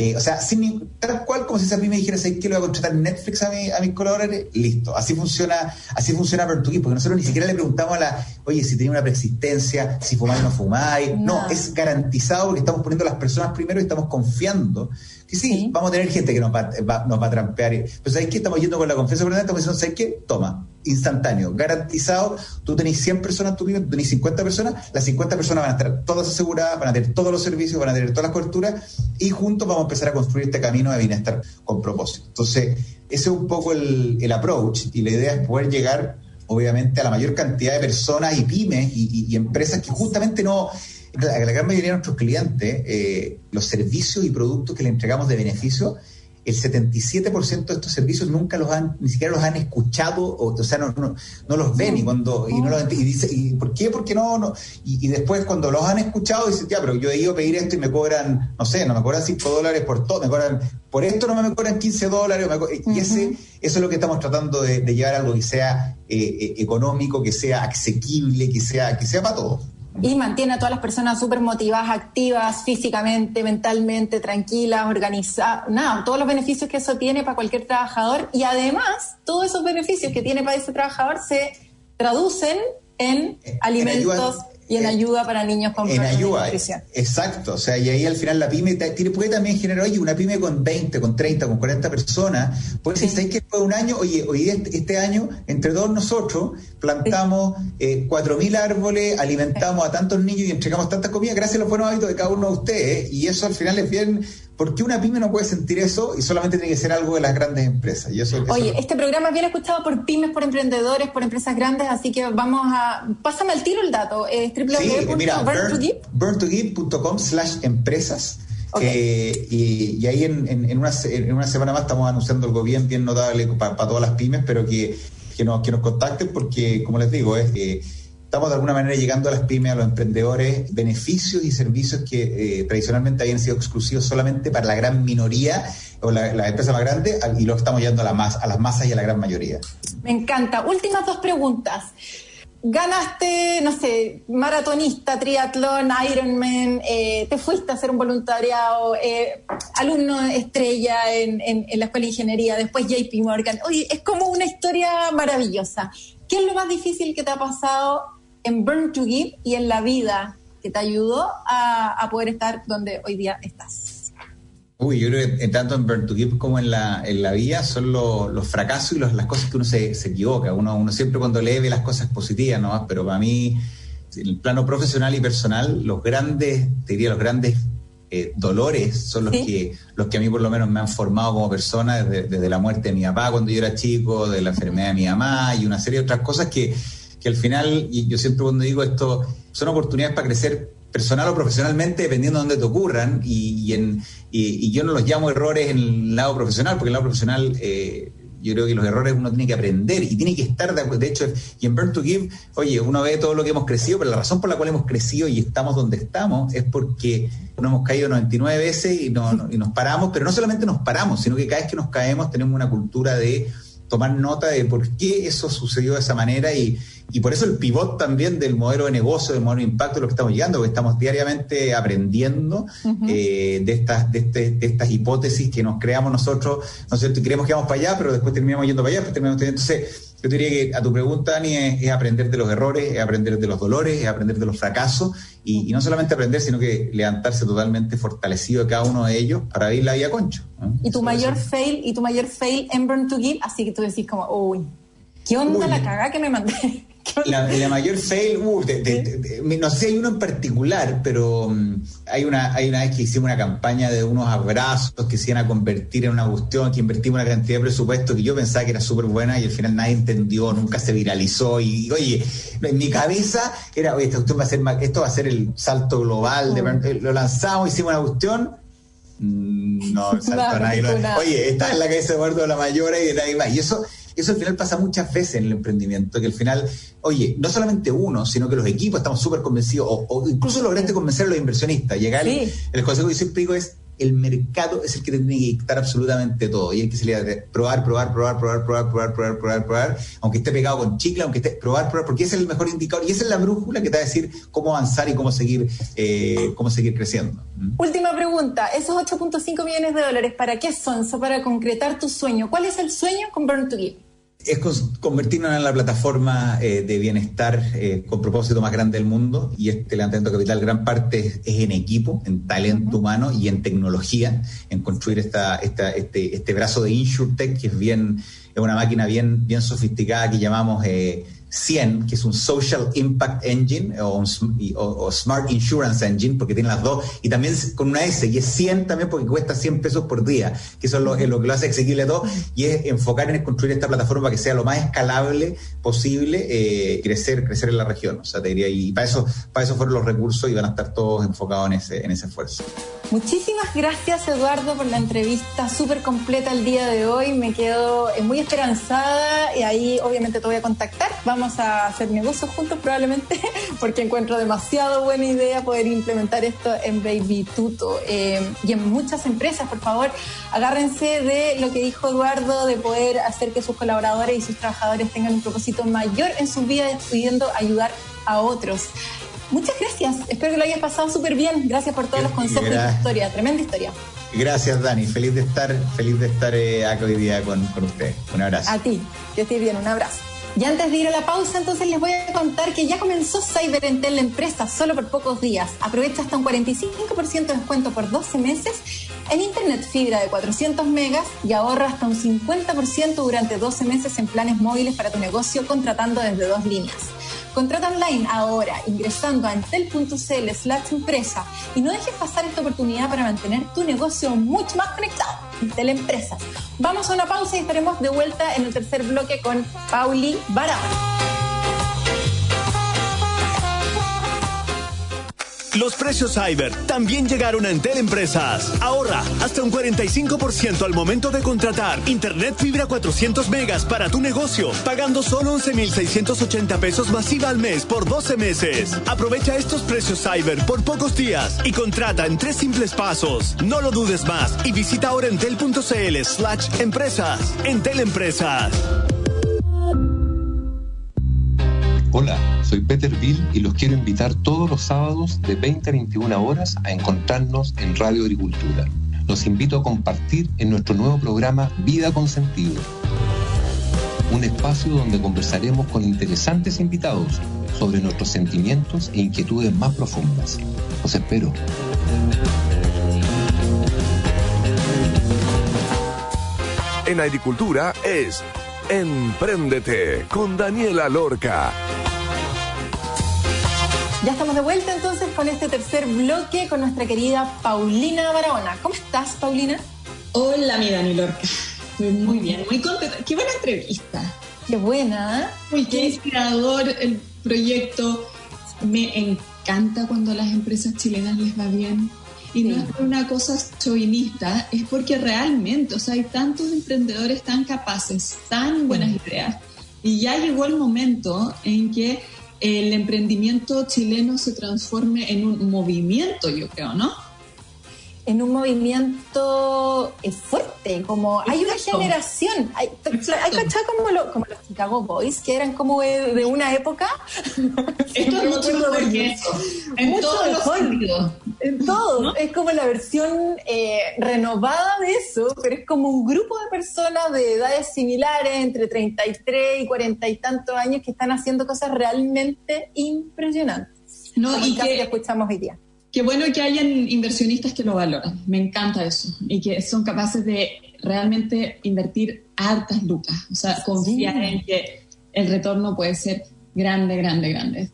tal cual como si esa pyme dijera, ¿sabes qué? Le voy a contratar Netflix a mis colaboradores, listo. Así funciona Burn to Give, porque nosotros ni siquiera le preguntamos oye, si tenía una preexistencia, si fumáis o no fumáis. No, es garantizado, porque estamos poniendo a las personas primero y estamos confiando que sí, vamos a tener gente que nos va a trampear. Pero ¿sabes qué? Estamos yendo con la confianza plena, estamos diciendo, ¿sabes qué? Toma, instantáneo, garantizado. Tú tenés 100 personas en tu pyme, tú tenés 50 personas, las 50 personas van a estar todas aseguradas, van a tener todos los servicios, van a tener todas las coberturas, y juntos vamos a empezar a construir este camino de bienestar con propósito. Entonces, ese es un poco el approach, y la idea es poder llegar, obviamente, a la mayor cantidad de personas y pymes y empresas que justamente no... La gran mayoría de nuestros clientes, los servicios y productos que le entregamos de beneficio, el 77% de estos servicios ni siquiera los han escuchado, o sea, no los ven, y dice, ¿y por qué? Porque no. Y después, cuando los han escuchado, dicen, ya, pero yo he ido a pedir esto y me cobran, no me cobran $5 por todo, me cobran, por esto no me cobran $15, y eso es lo que estamos tratando de llevar, algo que sea económico, que sea asequible, que sea para todos. Y mantiene a todas las personas súper motivadas, activas, físicamente, mentalmente, tranquilas, organizadas, todos los beneficios que eso tiene para cualquier trabajador, y además todos esos beneficios que tiene para ese trabajador se traducen en alimentos y en ayuda para niños con problemas de nutrición. Exacto, o sea, y ahí al final la pyme puede también generar, oye, una pyme con 20, con 30, con 40 personas, pues si sabéis que después de un año, oye, este año, entre todos nosotros, plantamos 4.000 árboles, alimentamos a tantos niños y entregamos tantas comidas gracias a los buenos hábitos de cada uno de ustedes, y eso al final es bien ¿por qué una pyme no puede sentir eso y solamente tiene que ser algo de las grandes empresas? Y eso este programa es bien escuchado por pymes, por emprendedores, por empresas grandes, así que pásame al tiro el dato, www.burn2give.com/empresas. Okay. Y ahí en una semana más estamos anunciando algo bien notable para todas las pymes, pero que nos contacten, porque, como les digo, estamos de alguna manera llegando a las pymes, a los emprendedores, beneficios y servicios que tradicionalmente habían sido exclusivos solamente para la gran minoría o las empresas más grandes, y lo estamos llevando a las masas y a la gran mayoría. Me encanta. Últimas 2 preguntas. Ganaste, no sé, maratonista, triatlón, Ironman, te fuiste a hacer un voluntariado, alumno estrella en la Escuela de Ingeniería, después JP Morgan. Oye, es como una historia maravillosa. ¿Qué es lo más difícil que te ha pasado en Burn to Give y en la vida que te ayudó a poder estar donde hoy día estás? Yo creo que tanto en Burn to Give como en la vida son los fracasos y las cosas que uno se equivoca. Uno siempre cuando lee ve las cosas positivas, ¿no? Pero para mí, en el plano profesional y personal, los grandes dolores son los que a mí por lo menos me han formado como persona, desde la muerte de mi papá cuando yo era chico, de la enfermedad de mi mamá y una serie de otras cosas que al final, y yo siempre cuando digo esto, son oportunidades para crecer personal o profesionalmente, dependiendo de dónde te ocurran, y yo no los llamo errores en el lado profesional, porque en el lado profesional yo creo que los errores uno tiene que aprender y tiene que estar, de hecho, y en Burn to Give, uno ve todo lo que hemos crecido, pero la razón por la cual hemos crecido y estamos donde estamos es porque no hemos caído 99 veces y nos paramos, pero no solamente nos paramos, sino que cada vez que nos caemos tenemos una cultura de tomar nota de por qué eso sucedió de esa manera, y por eso el pivot también del modelo de negocio, del modelo de impacto, lo que estamos llegando, porque estamos diariamente aprendiendo de estas hipótesis que nos creamos nosotros, ¿no es cierto? Y creemos que vamos para allá, pero después terminamos yendo para allá, entonces yo diría que a tu pregunta, Dani, es aprender de los errores, es aprender de los dolores, es aprender de los fracasos, y no solamente aprender, sino que levantarse totalmente fortalecido de cada uno de ellos para vivir la vida concho, ¿no? Y tu mayor fail en Burn to Give, así que tú decís como, uy, ¿qué onda la cagada que me mandé? La mayor fail, no sé si hay uno en particular, pero hay una vez que hicimos una campaña de unos abrazos que se iban a convertir en una cuestión, que invertimos una cantidad de presupuesto que yo pensaba que era súper buena y al final nadie entendió, nunca se viralizó, y oye, en mi cabeza era, oye, esto va a ser el salto global, lo lanzamos, hicimos una cuestión. No saltó nadie. Oye, está en la cabeza de Eduardo de la Mayora y de nadie más. Y eso al final pasa muchas veces en el emprendimiento, que al final, no solamente uno, sino que los equipos estamos súper convencidos, o incluso lograste convencer a los inversionistas. El consejo que siempre digo es, el mercado es el que te tiene que dictar absolutamente todo, y el que se le da probar, aunque esté pegado con chicle, aunque esté probar, porque ese es el mejor indicador y esa es la brújula que te va a decir cómo avanzar y cómo seguir creciendo. Última pregunta, esos $8.5 millones, ¿para qué son? Para concretar tu sueño. ¿Cuál es el sueño con Burn to Give? Es convertirnos en la plataforma de bienestar con propósito más grande del mundo, y este levantamiento de capital gran parte es en equipo, en talento humano y en tecnología, en construir este brazo de InsurTech, que es una máquina bien sofisticada que llamamos 100, que es un Social Impact Engine o Smart Insurance Engine, porque tiene las dos, y también con una S, y es 100 también porque cuesta $100 por día, que eso es lo que lo hace accesible todo, y es enfocar en construir esta plataforma para que sea lo más escalable posible, crecer en la región, o sea, te diría, y para eso fueron los recursos y van a estar todos enfocados en ese esfuerzo. Muchísimas gracias, Eduardo, por la entrevista súper completa el día de hoy. Me quedo muy esperanzada y ahí obviamente te voy a contactar. Vamos a hacer negocios juntos probablemente, porque encuentro demasiado buena idea poder implementar esto en Baby Tuto y en muchas empresas. Por favor, agárrense de lo que dijo Eduardo, de poder hacer que sus colaboradores y sus trabajadores tengan un propósito mayor en sus vidas, pudiendo ayudar a otros. Muchas gracias, espero que lo hayas pasado súper bien. Gracias por todos los consejos y tu historia, tremenda historia. Gracias, Dani, feliz de estar acá hoy día con usted. Un abrazo. A ti, que estés bien, un abrazo. Y antes de ir a la pausa, entonces les voy a contar que ya comenzó Cyber Entel, la empresa, solo por pocos días. Aprovecha hasta un 45% de descuento por 12 meses en internet fibra de 400 megas y ahorra hasta un 50% durante 12 meses en planes móviles para tu negocio contratando desde 2 líneas. Contrata online ahora ingresando a entel.cl/empresa y no dejes pasar esta oportunidad para mantener tu negocio mucho más conectado. Entel Empresas. Vamos a una pausa y estaremos de vuelta en el tercer bloque con Pauli Barahona. Los precios Cyber también llegaron a Entel Empresas. Ahorra hasta un 45% al momento de contratar Internet fibra 400 megas para tu negocio, pagando solo 11,680 pesos masiva al mes por 12 meses. Aprovecha estos precios Cyber por pocos días y contrata en 3 simples pasos. No lo dudes más y visita ahora entel.cl/empresas. Entel Empresas. Hola, soy Peter Bill y los quiero invitar todos los sábados de 20 a 21 horas a encontrarnos en Radio Agricultura. Los invito a compartir en nuestro nuevo programa Vida con Sentido. Un espacio donde conversaremos con interesantes invitados sobre nuestros sentimientos e inquietudes más profundas. Los espero. En Agricultura es Empréndete con Daniela Lorca. Ya estamos de vuelta entonces con este tercer bloque con nuestra querida Paulina Barahona. ¿Cómo estás, Paulina? Hola, mi Dani Lorca. Estoy muy bien, muy contenta. Qué buena entrevista. Qué buena, ¿eh? Uy, qué inspirador el proyecto. Me encanta cuando a las empresas chilenas les va bien. Y sí, no es por una cosa chauvinista, es porque realmente, o sea, hay tantos emprendedores tan capaces, tan buenas ideas. Y ya llegó el momento en que el emprendimiento chileno se transforme en un movimiento, yo creo, ¿no? En un movimiento fuerte, como hay una generación, hay cachado como los Chicago Boys, que eran como de una época. Esto es mucho mejor que eso, en todos los sentidos. En todo, ¿no? Es como la versión renovada de eso, pero es como un grupo de personas de edades similares, entre 33 y 40 y tantos años, que están haciendo cosas realmente impresionantes. No, como y que escuchamos hoy día. Qué bueno que hayan inversionistas que lo valoran, me encanta eso, y que son capaces de realmente invertir hartas lucas, o sea, confiar en que el retorno puede ser grande, grande, grande.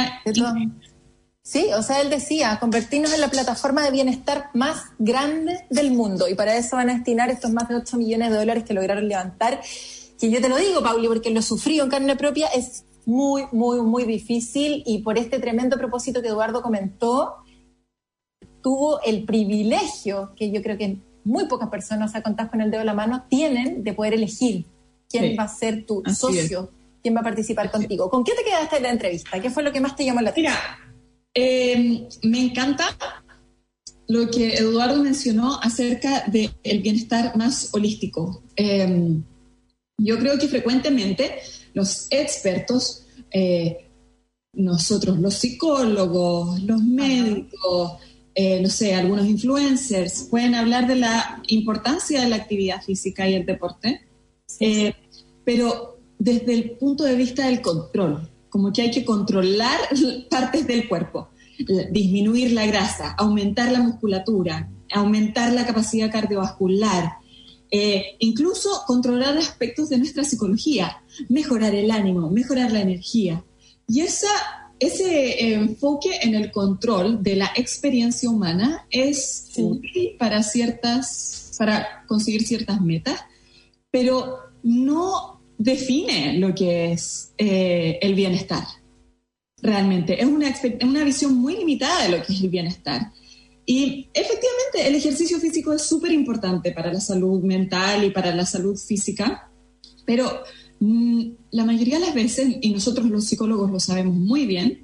Sí, o sea, él decía, convertirnos en la plataforma de bienestar más grande del mundo, y para eso van a destinar estos más de $8 millones que lograron levantar, que yo te lo digo, Pauli, porque lo sufrí en carne propia, es muy, muy, muy difícil, y por este tremendo propósito que Eduardo comentó, tuvo el privilegio, que yo creo que muy pocas personas, a contar con el dedo de la mano, tienen de poder elegir quién va a ser tu socio, quién va a participar contigo. ¿Con qué te quedaste en la entrevista? ¿Qué fue lo que más te llamó la atención? Mira, me encanta lo que Eduardo mencionó acerca del bienestar más holístico. Yo creo que frecuentemente los expertos, nosotros los psicólogos, los médicos, no sé, algunos influencers pueden hablar de la importancia de la actividad física y el deporte, pero desde el punto de vista del control, como que hay que controlar partes del cuerpo, disminuir la grasa, aumentar la musculatura, aumentar la capacidad cardiovascular, incluso controlar aspectos de nuestra psicología, mejorar el ánimo, mejorar la energía. Y ese enfoque en el control de la experiencia humana es útil para conseguir ciertas metas, pero no define lo que es el bienestar. Realmente es una visión muy limitada de lo que es el bienestar. Y efectivamente el ejercicio físico es súper importante para la salud mental y para la salud física, pero la mayoría de las veces, y nosotros los psicólogos lo sabemos muy bien,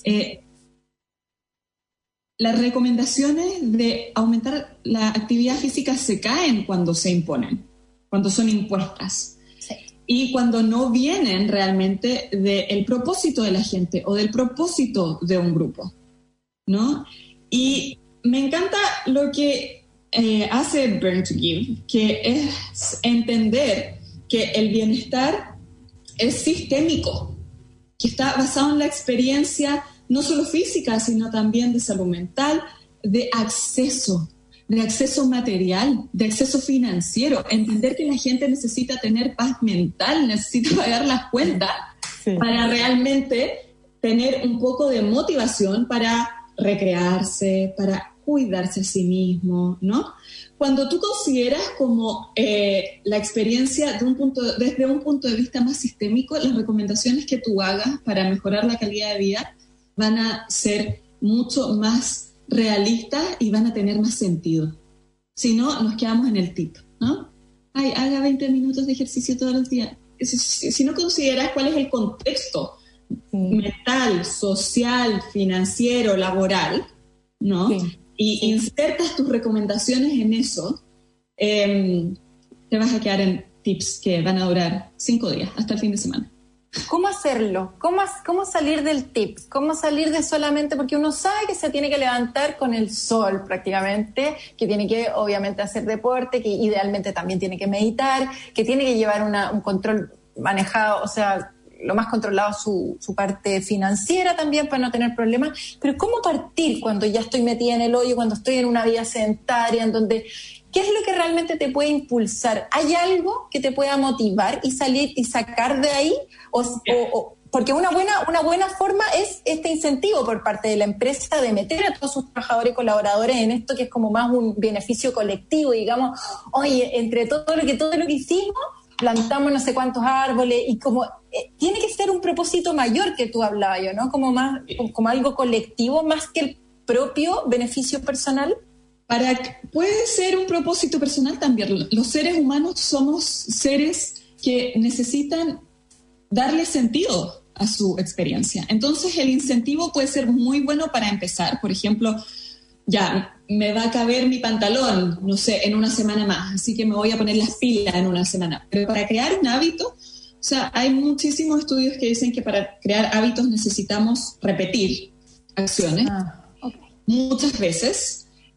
las recomendaciones de aumentar la actividad física se caen cuando se imponen, cuando son impuestas. Sí. Y cuando no vienen realmente del propósito de la gente o del propósito de un grupo, ¿no? Y me encanta lo que hace Burn to Give, que es entender que el bienestar es sistémico, que está basado en la experiencia no solo física, sino también de salud mental, de acceso material, de acceso financiero, entender que la gente necesita tener paz mental, necesita pagar las cuentas para realmente tener un poco de motivación para recrearse, para cuidarse a sí mismo, ¿no? Cuando tú consideras como la experiencia desde un punto de vista más sistémico, las recomendaciones que tú hagas para mejorar la calidad de vida van a ser mucho más realistas y van a tener más sentido. Si no, nos quedamos en el tip, ¿no? Ay, haga 20 minutos de ejercicio todos los días. Si no consideras cuál es el contexto mental, social, financiero, laboral, ¿no? Sí. Y insertas tus recomendaciones en eso, te vas a quedar en tips que van a durar 5 días, hasta el fin de semana. ¿Cómo hacerlo? ¿Cómo salir del tip? ¿Cómo salir de solamente? Porque uno sabe que se tiene que levantar con el sol prácticamente, que tiene que obviamente hacer deporte, que idealmente también tiene que meditar, que tiene que llevar un control manejado, o sea, lo más controlado su parte financiera también para no tener problemas. Pero ¿cómo partir cuando ya estoy metida en el hoyo, cuando estoy en una vida sedentaria, en donde... ¿Qué es lo que realmente te puede impulsar? ¿Hay algo que te pueda motivar y salir y sacar de ahí? Porque una buena forma es este incentivo por parte de la empresa de meter a todos sus trabajadores y colaboradores en esto que es como más un beneficio colectivo, digamos, oye, entre todo lo que hicimos, plantamos no sé cuántos árboles y como tiene que ser un propósito mayor que tú hablabas yo, ¿no? Como algo colectivo más que el propio beneficio personal. Puede ser un propósito personal también. Los seres humanos somos seres que necesitan darle sentido a su experiencia. Entonces el incentivo puede ser muy bueno para empezar. Por ejemplo, ya me va a caber mi pantalón, no sé, en una semana más, así que me voy a poner las pilas en una semana. Pero para crear un hábito, o sea, hay muchísimos estudios que dicen que para crear hábitos necesitamos repetir acciones muchas veces.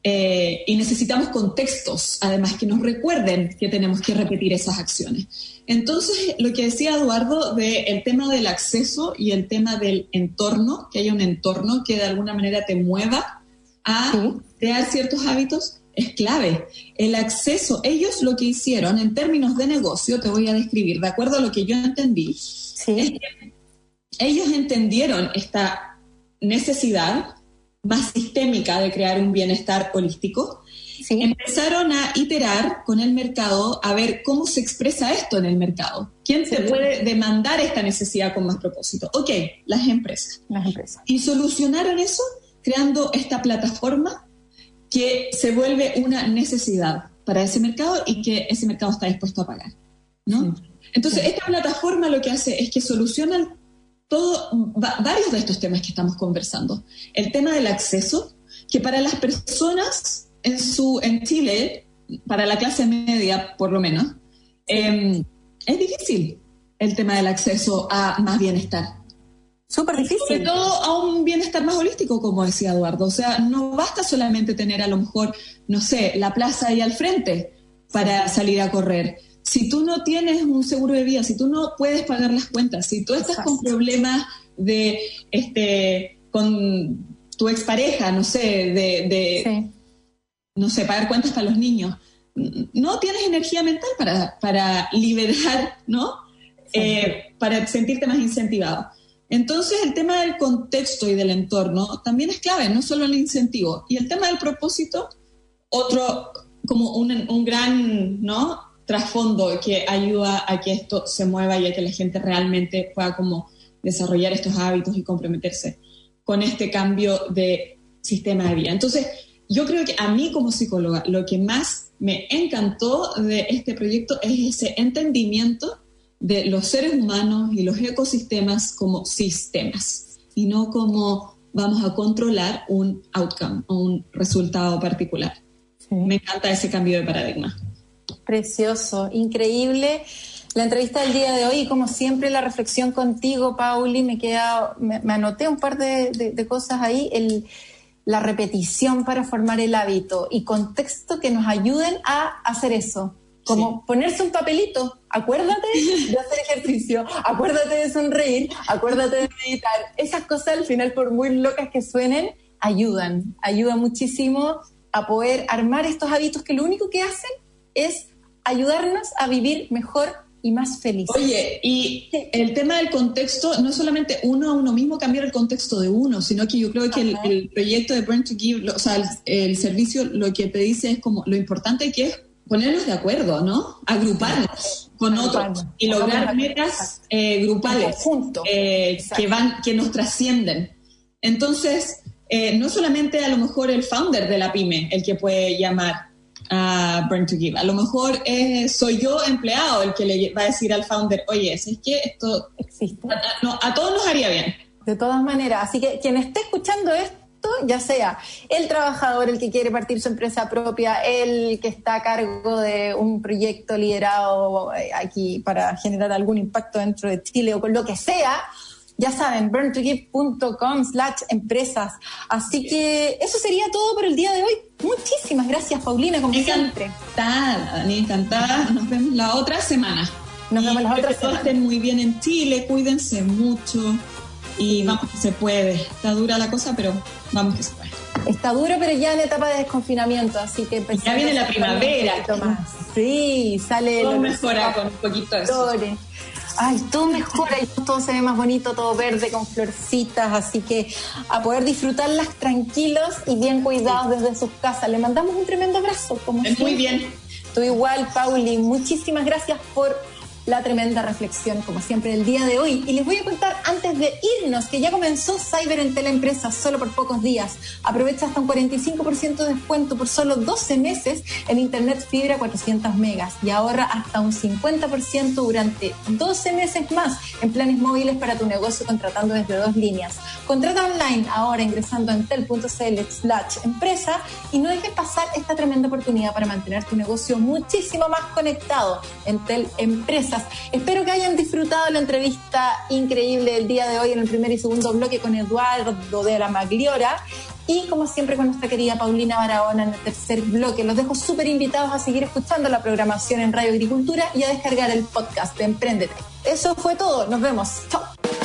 Y necesitamos contextos, además, que nos recuerden que tenemos que repetir esas acciones. Entonces, lo que decía Eduardo del tema del acceso y el tema del entorno, que haya un entorno que de alguna manera te mueva a crear ciertos hábitos, es clave. El acceso, ellos lo que hicieron en términos de negocio, te voy a describir, de acuerdo a lo que yo entendí, es que ellos entendieron esta necesidad más sistémica de crear un bienestar holístico, empezaron a iterar con el mercado a ver cómo se expresa esto en el mercado. ¿Quién te puede demandar esta necesidad con más propósito? Ok, las empresas. Y solucionaron eso creando esta plataforma que se vuelve una necesidad para ese mercado y que ese mercado está dispuesto a pagar, ¿no? Entonces, esta plataforma lo que hace es que soluciona varios de estos temas que estamos conversando. El tema del acceso, que para las personas en Chile, para la clase media por lo menos, es difícil el tema del acceso a más bienestar. Súper difícil. Sobre todo a un bienestar más holístico, como decía Eduardo. O sea, no basta solamente tener a lo mejor, no sé, la plaza ahí al frente para salir a correr. Si tú no tienes un seguro de vida, si tú no puedes pagar las cuentas, si tú estás con problemas con tu expareja, no sé, no sé, pagar cuentas para los niños, no tienes energía mental para liberar, ¿no? Para sentirte más incentivado. Entonces, el tema del contexto y del entorno también es clave, no solo el incentivo. Y el tema del propósito, otro, como un gran, ¿no?, trasfondo que ayuda a que esto se mueva y a que la gente realmente pueda como desarrollar estos hábitos y comprometerse con este cambio de sistema de vida. Entonces, yo creo que a mí como psicóloga lo que más me encantó de este proyecto es ese entendimiento de los seres humanos y los ecosistemas como sistemas y no como vamos a controlar un outcome o un resultado particular. Me encanta ese cambio de paradigma. Precioso, increíble la entrevista del día de hoy y como siempre la reflexión contigo, Pauli, me anoté un par de cosas ahí, la repetición para formar el hábito y contexto que nos ayuden a hacer eso, como ponerse un papelito, acuérdate de hacer ejercicio, acuérdate de sonreír, acuérdate de meditar, esas cosas al final por muy locas que suenen, ayudan muchísimo a poder armar estos hábitos que lo único que hacen es ayudarnos a vivir mejor y más feliz. Oye, y el tema del contexto, no es solamente uno a uno mismo cambiar el contexto de uno, sino que yo creo que el proyecto de Burn to Give, o sea, el servicio lo que te dice es como lo importante que es ponernos de acuerdo, ¿no? Agruparnos con otros y lograr metas grupales que nos trascienden. Entonces, no solamente a lo mejor el founder de la pyme el que puede llamar a Burn to Give, a lo mejor soy yo empleado el que le va a decir al founder, oye, ¿es que esto existe? A todos nos haría bien. De todas maneras, así que quien esté escuchando esto, ya sea el trabajador, el que quiere partir su empresa propia, el que está a cargo de un proyecto liderado aquí para generar algún impacto dentro de Chile o con lo que sea, ya saben, burntogive.com/empresas. Así que eso sería todo por el día de hoy. Muchísimas gracias, Paulina, como siempre. Encantada. Nos vemos la otra semana. Nos vemos la otra semana. Que todos estén muy bien en Chile, cuídense mucho. Y vamos que se puede. Está dura la cosa, pero vamos que se puede. Está duro, pero ya en etapa de desconfinamiento, así que ya viene la primavera. Sí, sale. Todo mejora con un poquito de eso. Ay, todo mejora y todo se ve más bonito, todo verde con florcitas, así que a poder disfrutarlas tranquilos y bien cuidados desde sus casas. Le mandamos un tremendo abrazo, como siempre. Muy bien. Tú igual, Pauli. Muchísimas gracias por la tremenda reflexión, como siempre, el día de hoy. Y les voy a contar antes de irnos que ya comenzó Cyber en Teleempresas solo por pocos días. Aprovecha hasta un 45% de descuento por solo 12 meses en Internet Fibra 400 megas y ahorra hasta un 50% durante 12 meses más en planes móviles para tu negocio contratando desde 2 líneas. Contrata online ahora ingresando a entel.cl/empresa y no dejes pasar esta tremenda oportunidad para mantener tu negocio muchísimo más conectado. Entel Empresas. Espero que hayan disfrutado la entrevista increíble del día de hoy en el primer y segundo bloque con Eduardo de la Magliora y como siempre con nuestra querida Paulina Barahona en el tercer bloque. Los dejo súper invitados a seguir escuchando la programación en Radio Agricultura y a descargar el podcast de Emprendete. Eso fue todo, nos vemos. Chao.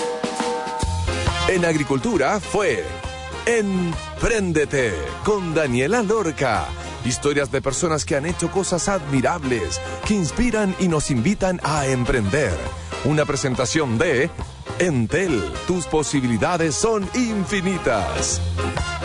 En Agricultura fue Emprendete con Daniela Lorca. Historias de personas que han hecho cosas admirables, que inspiran y nos invitan a emprender. Una presentación de Entel. Tus posibilidades son infinitas.